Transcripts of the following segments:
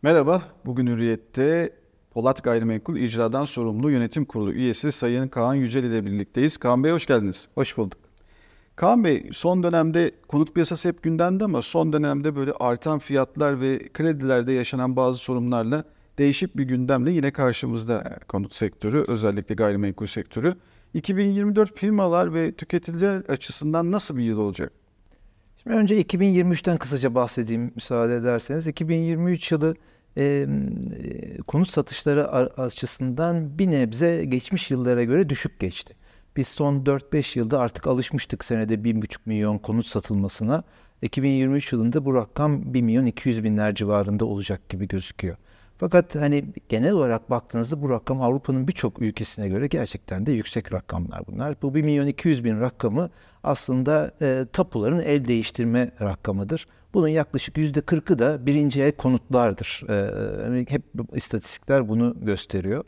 Merhaba, bugün Hürriyet'te Polat Gayrimenkul İcradan Sorumlu Yönetim Kurulu üyesi Sayın Kaan Yücel ile birlikteyiz. Kaan Bey hoş geldiniz. Hoş bulduk. Kaan Bey, son dönemde konut piyasası hep gündemde ama son dönemde böyle artan fiyatlar ve kredilerde yaşanan bazı sorunlarla değişik bir gündemle yine karşımızda konut sektörü, özellikle gayrimenkul sektörü. 2024 firmalar ve tüketiciler açısından nasıl bir yıl olacak? Şimdi önce 2023'ten kısaca bahsedeyim müsaade ederseniz. 2023 yılı e, konut satışları açısından bir nebze geçmiş yıllara göre düşük geçti. Biz son 4-5 yılda artık alışmıştık senede 1,5 milyon konut satılmasına. 2023 yılında bu rakam 1 milyon 200 binler civarında olacak gibi gözüküyor. Fakat hani genel olarak baktığınızda bu rakam Avrupa'nın birçok ülkesine göre gerçekten de yüksek rakamlar bunlar. Bu 1 milyon 200 bin rakamı aslında tapuların el değiştirme rakamıdır. Bunun yaklaşık %40'ı da birinci el konutlardır. Hep istatistikler bunu gösteriyor.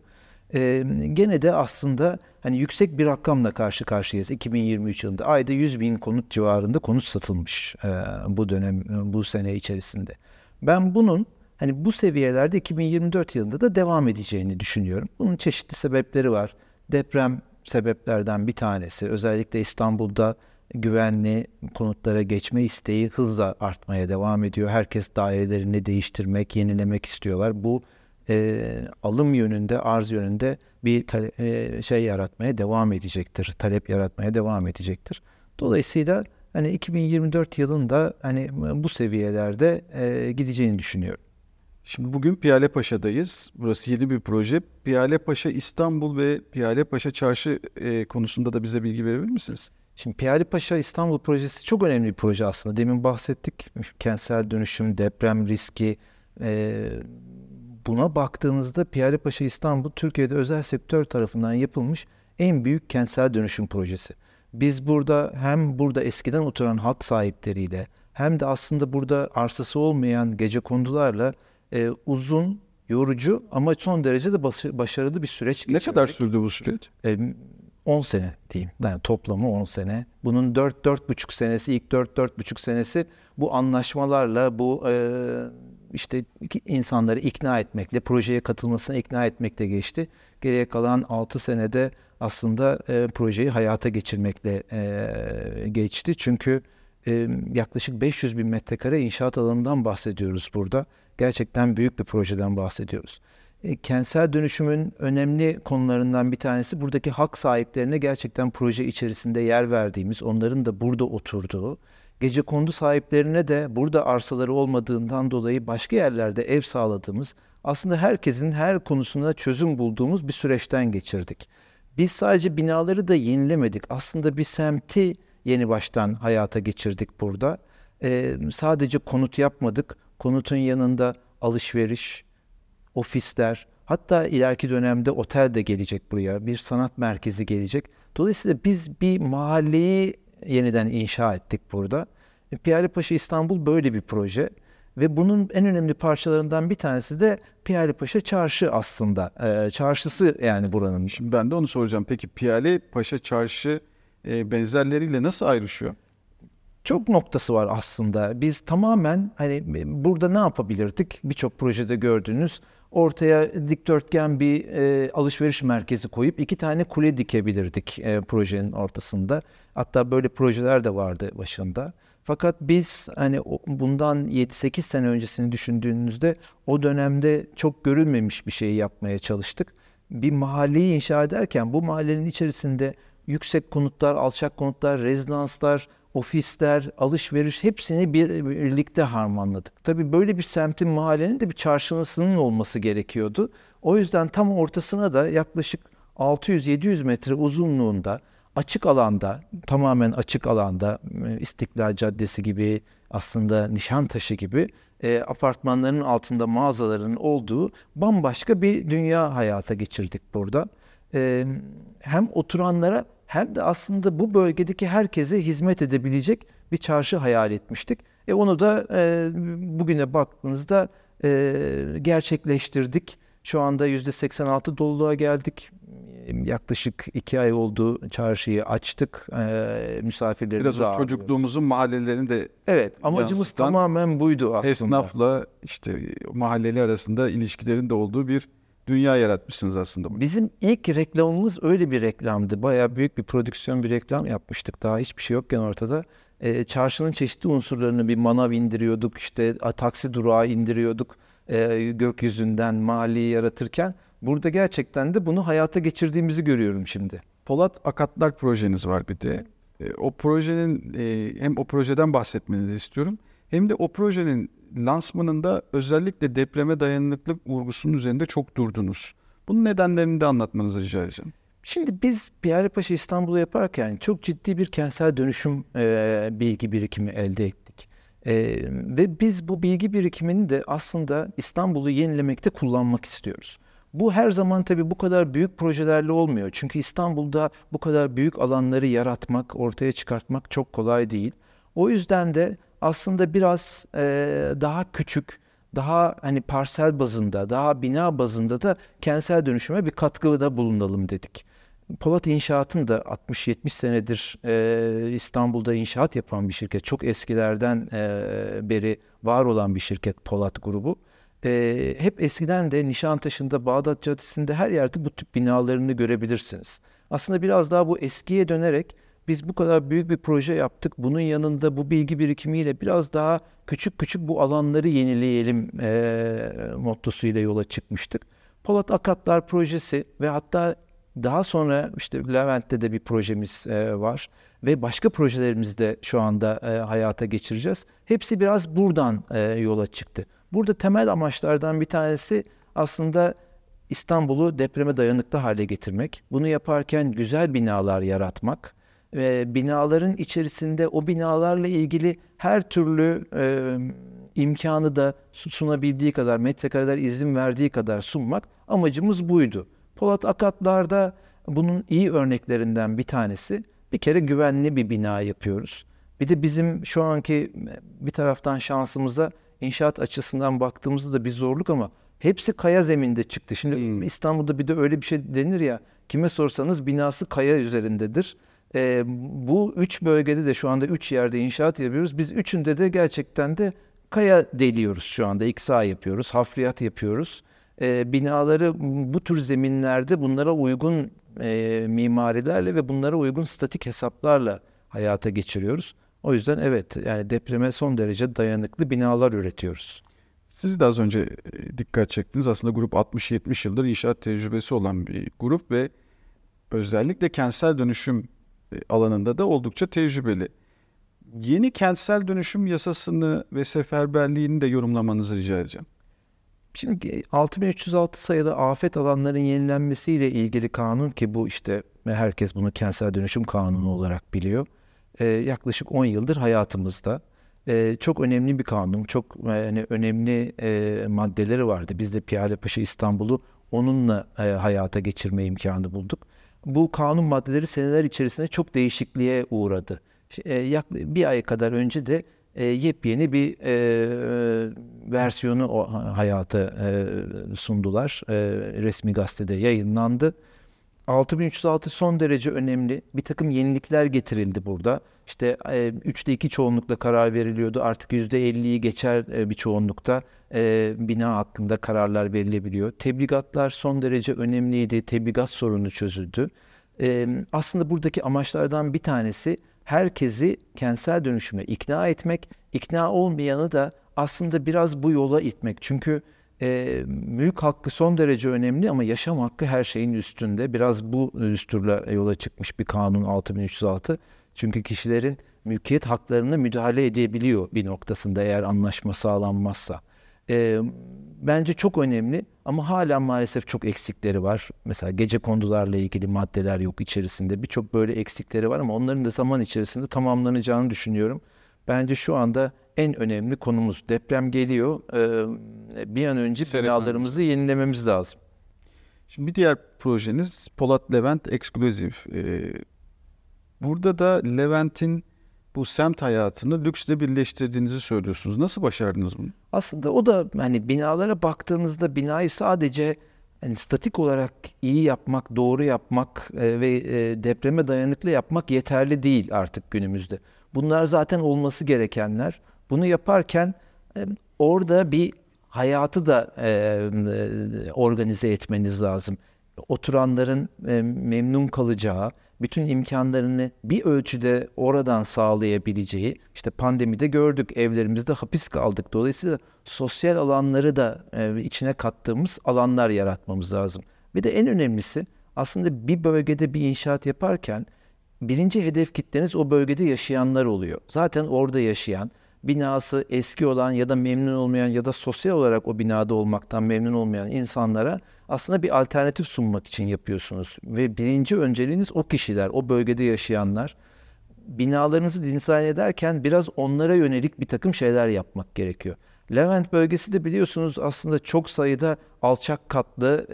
Gene de aslında hani yüksek bir rakamla karşı karşıyayız. 2023 yılında ayda 100 bin konut civarında konut satılmış bu dönem, bu sene içerisinde. Ben bunun hani bu seviyelerde 2024 yılında da devam edeceğini düşünüyorum. Bunun çeşitli sebepleri var. Deprem sebeplerden bir tanesi. Özellikle İstanbul'da güvenli konutlara geçme isteği hızla artmaya devam ediyor. Herkes dairelerini değiştirmek, yenilemek istiyorlar. Bu alım yönünde, arz yönünde bir şey yaratmaya devam edecektir. Talep yaratmaya devam edecektir. Dolayısıyla hani 2024 yılında hani bu seviyelerde gideceğini düşünüyorum. Şimdi bugün Piyalepaşa'dayız. Burası yeni bir proje. Piyalepaşa İstanbul ve Piyalepaşa Çarşı konusunda da bize bilgi verebilir misiniz? Şimdi Piyalipaşa İstanbul projesi çok önemli bir proje aslında. Demin bahsettik. Kentsel dönüşüm, deprem riski. e, Buna baktığınızda Piyalipaşa İstanbul Türkiye'de özel sektör tarafından yapılmış en büyük kentsel dönüşüm projesi. Biz burada hem burada eskiden oturan halk sahipleriyle hem de aslında burada arsası olmayan gecekondularla uzun, yorucu ama son derece de başarılı bir süreç Ne kadar geçirdik. sürdü bu süreç? E, 10 sene diyeyim. Yani toplamı 10 sene. Bunun 4-4,5 senesi, ilk 4-4,5 senesi bu anlaşmalarla, bu işte insanları ikna etmekle, projeye katılmasına ikna etmekle geçti. Geriye kalan 6 senede aslında projeyi hayata geçirmekle geçti. Çünkü yaklaşık 500 bin metrekare inşaat alanından bahsediyoruz burada. Gerçekten büyük bir projeden bahsediyoruz. Kentsel dönüşümün önemli konularından bir tanesi buradaki hak sahiplerine gerçekten proje içerisinde yer verdiğimiz, onların da burada oturduğu, gecekondu sahiplerine de burada arsaları olmadığından dolayı başka yerlerde ev sağladığımız, aslında herkesin her konusunda çözüm bulduğumuz bir süreçten geçirdik. Biz sadece binaları da yenilemedik. Aslında bir semti yeni baştan hayata geçirdik burada. Sadece konut yapmadık. Konutun yanında alışveriş, ofisler, hatta ileriki dönemde otel de gelecek buraya, bir sanat merkezi gelecek. Dolayısıyla biz bir mahalleyi yeniden inşa ettik burada. Piyalepaşa İstanbul böyle bir proje ve bunun en önemli parçalarından bir tanesi de Piyalepaşa Çarşı aslında. Çarşısı yani buranın. Şimdi ben de onu soracağım. Peki Piyalepaşa Çarşı benzerleriyle nasıl ayrışıyor? Çok noktası var aslında. Biz tamamen hani burada ne yapabilirdik? Birçok projede gördüğünüz ortaya dikdörtgen bir alışveriş merkezi koyup iki tane kule dikebilirdik projenin ortasında. Hatta böyle projeler de vardı başında. Fakat biz hani bundan 7-8 sene öncesini düşündüğünüzde o dönemde çok görülmemiş bir şeyi yapmaya çalıştık. Bir mahalleyi inşa ederken bu mahallenin içerisinde yüksek konutlar, alçak konutlar, rezidanslar, ofisler, alışveriş hepsini birlikte harmanladık. Tabii böyle bir semtin, mahallenin de bir çarşısının olması gerekiyordu. O yüzden tam ortasına da yaklaşık 600-700 metre uzunluğunda açık alanda, tamamen açık alanda İstiklal Caddesi gibi aslında Nişantaşı gibi apartmanların altında mağazaların olduğu bambaşka bir dünya hayata geçirdik burada. Hem oturanlara hem de aslında bu bölgedeki herkese hizmet edebilecek bir çarşı hayal etmiştik. Onu da bugüne baktığınızda gerçekleştirdik. Şu anda %86 doluluğa geldik. yaklaşık 2 ay oldu, çarşıyı açtık. Misafirlerimizi Biraz o çocukluğumuzun mahallelerini de evet, amacımız yansıtan, tamamen buydu aslında. esnafla işte mahalleli arasında ilişkilerin de olduğu bir dünya yaratmışsınız aslında. Bizim ilk reklamımız öyle bir reklamdı. Bayağı büyük bir prodüksiyon bir reklam yapmıştık. Daha hiçbir şey yokken ortada. Çarşının çeşitli unsurlarını bir manav indiriyorduk. İşte taksi durağı indiriyorduk. Gökyüzünden mahalleyi yaratırken. Burada gerçekten de bunu hayata geçirdiğimizi görüyorum şimdi. Polat Akatlar projeniz var bir de. O projenin hem o projeden bahsetmenizi istiyorum. Hem de o projenin lansmanında özellikle depreme dayanıklılık vurgusunun üzerinde çok durdunuz. Bunun nedenlerini de anlatmanızı rica edeceğim. Şimdi biz Piyalepaşa İstanbul'u yaparken çok ciddi bir kentsel dönüşüm bilgi birikimi elde ettik. Ve biz bu bilgi birikimini de aslında İstanbul'u yenilemekte kullanmak istiyoruz. Bu her zaman tabii bu kadar büyük projelerle olmuyor. Çünkü İstanbul'da bu kadar büyük alanları yaratmak, ortaya çıkartmak çok kolay değil. O yüzden de aslında biraz daha küçük, daha hani parsel bazında, daha bina bazında da kentsel dönüşüme bir katkıda bulunalım dedik. Polat İnşaat'ın da 60-70 senedir İstanbul'da inşaat yapan bir şirket. Çok eskilerden beri var olan bir şirket Polat grubu. Hep eskiden de Nişantaşı'nda, Bağdat Caddesi'nde her yerde bu tip binalarını görebilirsiniz. Aslında biraz daha bu eskiye dönerek biz bu kadar büyük bir proje yaptık. Bunun yanında bu bilgi birikimiyle biraz daha küçük küçük bu alanları yenileyelim mottosuyla yola çıkmıştık. Polat Akatlar projesi ve hatta daha sonra işte Levent'te de bir projemiz var ve başka projelerimizi de şu anda hayata geçireceğiz. Hepsi biraz buradan yola çıktı. Burada temel amaçlardan bir tanesi aslında İstanbul'u depreme dayanıklı hale getirmek. Bunu yaparken güzel binalar yaratmak ve binaların içerisinde o binalarla ilgili her türlü imkanı da sunabildiği kadar, metrekareler izin verdiği kadar sunmak amacımız buydu. Polat Akatlar'da bunun iyi örneklerinden bir tanesi. Bir kere güvenli bir bina yapıyoruz. Bir de bizim şu anki bir taraftan şansımıza inşaat açısından baktığımızda da bir zorluk ama hepsi kaya zeminde çıktı. Şimdi İstanbul'da bir de öyle bir şey denir ya, kime sorsanız binası kaya üzerindedir. Bu 3 bölgede de şu anda 3 yerde inşaat yapıyoruz. Biz üçünde de gerçekten de kaya deliyoruz şu anda. İksa yapıyoruz, hafriyat yapıyoruz. Binaları bu tür zeminlerde bunlara uygun mimarilerle ve bunlara uygun statik hesaplarla hayata geçiriyoruz. O yüzden evet, yani depreme son derece dayanıklı binalar üretiyoruz. Siz de az önce dikkat çektiniz. Aslında grup 60-70 yıldır inşaat tecrübesi olan bir grup ve özellikle kentsel dönüşüm alanında da oldukça tecrübeli. Yeni kentsel dönüşüm yasasını ve seferberliğini de yorumlamanızı rica edeceğim. Şimdi 6306 sayılı afet alanlarının yenilenmesiyle ilgili kanun, ki bu işte herkes bunu kentsel dönüşüm kanunu olarak biliyor. Yaklaşık 10 yıldır hayatımızda. Çok önemli bir kanun, çok yani önemli maddeleri vardı. Biz de Piyalepaşa İstanbul'u onunla hayata geçirme imkanı bulduk. Bu kanun maddeleri seneler içerisinde çok değişikliğe uğradı. Bir ay kadar önce de yepyeni bir versiyonu hayata sundular. Resmi gazetede yayınlandı. 6306 son derece önemli. Bir takım yenilikler getirildi burada. İşte 3'te 2 çoğunlukla karar veriliyordu. Artık %50'yi geçer bir çoğunlukta bina hakkında kararlar verilebiliyor. Tebligatlar son derece önemliydi. Tebligat sorunu çözüldü. Aslında buradaki amaçlardan bir tanesi herkesi kentsel dönüşüme ikna etmek, ikna olmayanı da aslında biraz bu yola itmek. Çünkü mülk hakkı son derece önemli ama yaşam hakkı her şeyin üstünde. Biraz bu düsturla yola çıkmış bir kanun 6306. Çünkü kişilerin mülkiyet haklarına müdahale edebiliyor bir noktasında eğer anlaşma sağlanmazsa. Bence çok önemli ama hala maalesef çok eksikleri var. Mesela gecekondularla ilgili maddeler yok içerisinde. Birçok böyle eksikleri var ama onların da zaman içerisinde tamamlanacağını düşünüyorum. Bence şu anda en önemli konumuz deprem geliyor. Bir an önce binalarımızı yenilememiz lazım. Şimdi bir diğer projeniz Polat Levent Exclusive. Burada da Levent'in bu semt hayatını lüksle birleştirdiğinizi söylüyorsunuz. Nasıl başardınız bunu? Aslında o da hani binalara baktığınızda binayı sadece hani statik olarak iyi yapmak, doğru yapmak ve depreme dayanıklı yapmak yeterli değil artık günümüzde. Bunlar zaten olması gerekenler. Bunu yaparken orada bir hayatı da organize etmeniz lazım. Oturanların memnun kalacağı, bütün imkanlarını bir ölçüde oradan sağlayabileceği, işte pandemide gördük, evlerimizde hapis kaldık. Dolayısıyla sosyal alanları da içine kattığımız alanlar yaratmamız lazım. Bir de en önemlisi, aslında bir bölgede bir inşaat yaparken birinci hedef kitleniz o bölgede yaşayanlar oluyor. Zaten orada yaşayan, binası eski olan ya da memnun olmayan ya da sosyal olarak o binada olmaktan memnun olmayan insanlara aslında bir alternatif sunmak için yapıyorsunuz. Ve birinci önceliğiniz o kişiler, o bölgede yaşayanlar. Binalarınızı dizayn ederken biraz onlara yönelik bir takım şeyler yapmak gerekiyor. Levent bölgesi de biliyorsunuz aslında çok sayıda alçak katlı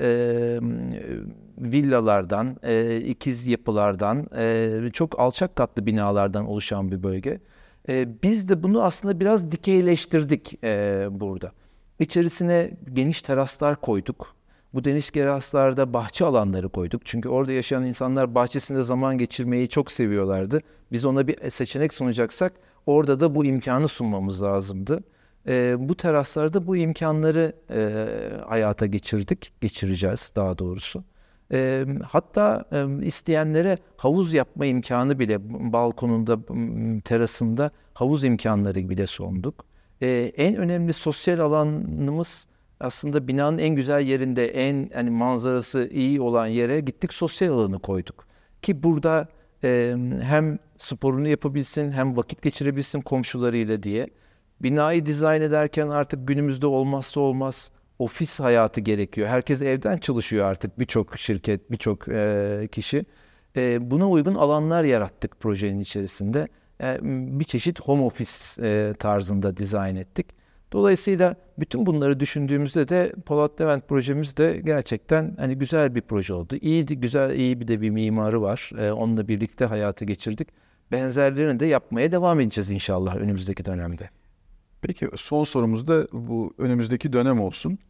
villalardan, ikiz yapılardan, çok alçak katlı binalardan oluşan bir bölge. Biz de bunu aslında biraz dikeyleştirdik burada. İçerisine geniş teraslar koyduk. Bu geniş teraslarda bahçe alanları koyduk. Çünkü orada yaşayan insanlar bahçesinde zaman geçirmeyi çok seviyorlardı. Biz ona bir seçenek sunacaksak orada da bu imkanı sunmamız lazımdı. Bu teraslarda bu imkanları hayata geçireceğiz daha doğrusu. Hatta isteyenlere havuz yapma imkanı bile balkonunda, terasında havuz imkanları bile sunduk. En önemli sosyal alanımız aslında binanın en güzel yerinde, en hani manzarası iyi olan yere gittik, sosyal alanı koyduk. Ki burada hem sporunu yapabilsin hem vakit geçirebilsin komşularıyla diye. Binayı dizayn ederken artık günümüzde olmazsa olmaz ofis hayatı gerekiyor. Herkes evden çalışıyor artık, birçok şirket, birçok kişi. Buna uygun alanlar yarattık projenin içerisinde. Bir çeşit home office tarzında dizayn ettik. Dolayısıyla bütün bunları düşündüğümüzde de Polat Levent projemiz de gerçekten hani güzel bir proje oldu. İyi bir de bir mimarı var. Onunla birlikte hayata geçirdik. Benzerlerini de yapmaya devam edeceğiz inşallah önümüzdeki dönemde. Peki son sorumuz da bu önümüzdeki dönem olsun.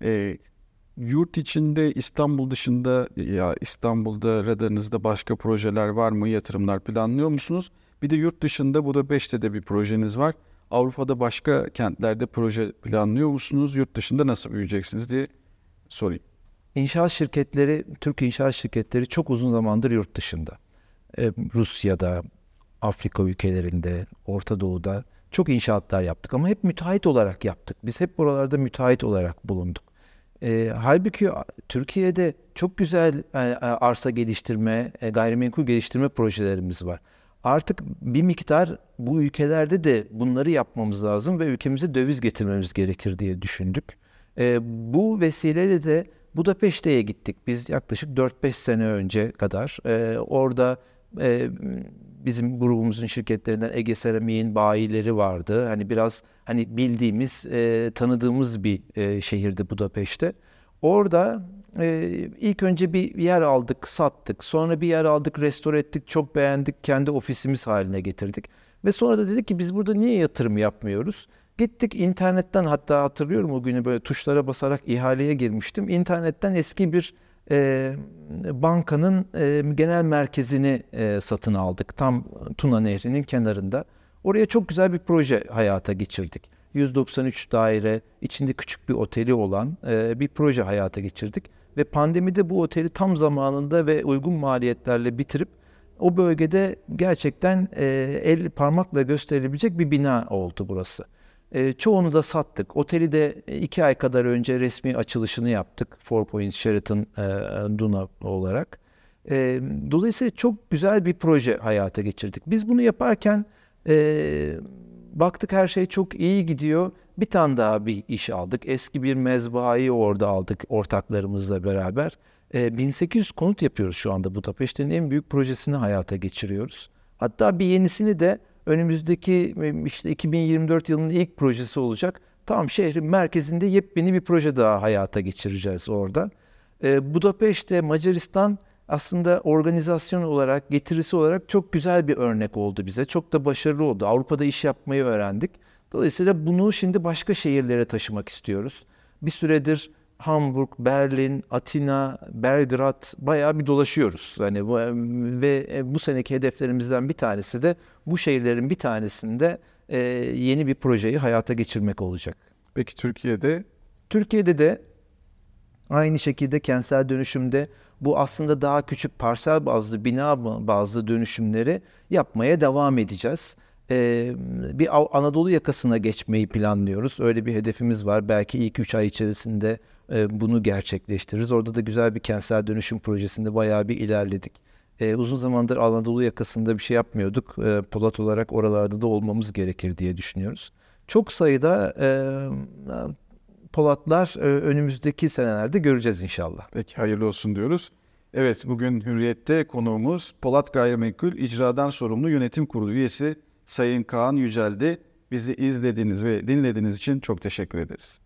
Yurt içinde, İstanbul dışında ya İstanbul'da radarınızda başka projeler var mı? Yatırımlar planlıyor musunuz? Bir de yurt dışında Budapeşte'de de bir projeniz var. Avrupa'da başka kentlerde proje planlıyor musunuz? Yurt dışında nasıl büyüyeceksiniz diye sorayım. İnşaat şirketleri, Türk inşaat şirketleri çok uzun zamandır yurt dışında. Rusya'da, Afrika ülkelerinde, Orta Doğu'da çok inşaatlar yaptık ama hep müteahhit olarak yaptık. Biz hep buralarda müteahhit olarak bulunduk. Halbuki Türkiye'de çok güzel arsa geliştirme, gayrimenkul geliştirme projelerimiz var. Artık bir miktar bu ülkelerde de bunları yapmamız lazım ve ülkemize döviz getirmemiz gerekir diye düşündük. Bu vesileyle de Budapeşte'ye gittik. Biz yaklaşık 4-5 sene önce kadar orada bizim grubumuzun şirketlerinden Ege Seramik'in bayileri vardı. Hani biraz hani bildiğimiz, tanıdığımız bir şehirdi Budapeşte. Orada ilk önce bir yer aldık, sattık. Sonra bir yer aldık, restore ettik, çok beğendik, kendi ofisimiz haline getirdik. Ve sonra da dedik ki biz burada niye yatırım yapmıyoruz? Gittik internetten, hatta hatırlıyorum o günü böyle tuşlara basarak ihaleye girmiştim. İnternetten eski bir bankanın genel merkezini satın aldık. Tam Tuna Nehri'nin kenarında. Oraya çok güzel bir proje hayata geçirdik. 193 daire, içinde küçük bir oteli olan bir proje hayata geçirdik. Ve pandemide bu oteli tam zamanında ve uygun maliyetlerle bitirip o bölgede gerçekten el parmakla gösterilebilecek bir bina oldu burası. Çoğunu da sattık. Oteli de 2 ay kadar önce resmi açılışını yaptık. Four Points Sheraton Duna olarak. Dolayısıyla çok güzel bir proje hayata geçirdik. Biz bunu yaparken baktık her şey çok iyi gidiyor. Bir tane daha bir iş aldık. Eski bir mezbahayı orada aldık ortaklarımızla beraber. 1800 konut yapıyoruz şu anda. Budapeşte'nin en büyük projesini hayata geçiriyoruz. Hatta bir yenisini de önümüzdeki işte 2024 yılının ilk projesi olacak. Tam şehrin merkezinde yepyeni bir proje daha hayata geçireceğiz orada. Budapeşte, Macaristan aslında organizasyon olarak, getirisi olarak çok güzel bir örnek oldu bize. Çok da başarılı oldu. Avrupa'da iş yapmayı öğrendik. Dolayısıyla bunu şimdi başka şehirlere taşımak istiyoruz. Bir süredir Hamburg, Berlin, Atina, Belgrad bayağı bir dolaşıyoruz. Hani ve bu seneki hedeflerimizden bir tanesi de bu şehirlerin bir tanesinde yeni bir projeyi hayata geçirmek olacak. Peki Türkiye'de? Türkiye'de de aynı şekilde kentsel dönüşümde bu aslında daha küçük parsel bazlı, bina bazlı dönüşümleri yapmaya devam edeceğiz. Bir Anadolu yakasına geçmeyi planlıyoruz. Öyle bir hedefimiz var. Belki ilk 3 ay içerisinde bunu gerçekleştiririz. Orada da güzel bir kentsel dönüşüm projesinde bayağı bir ilerledik. Uzun zamandır Anadolu yakasında bir şey yapmıyorduk. Polat olarak oralarda da olmamız gerekir diye düşünüyoruz. Çok sayıda Polatlar önümüzdeki senelerde göreceğiz inşallah. Peki hayırlı olsun diyoruz. Evet, bugün Hürriyet'te konuğumuz Polat Gayrimenkul İcradan Sorumlu Yönetim Kurulu üyesi Sayın Kaan Yücel'di. Bizi izlediğiniz ve dinlediğiniz için çok teşekkür ederiz.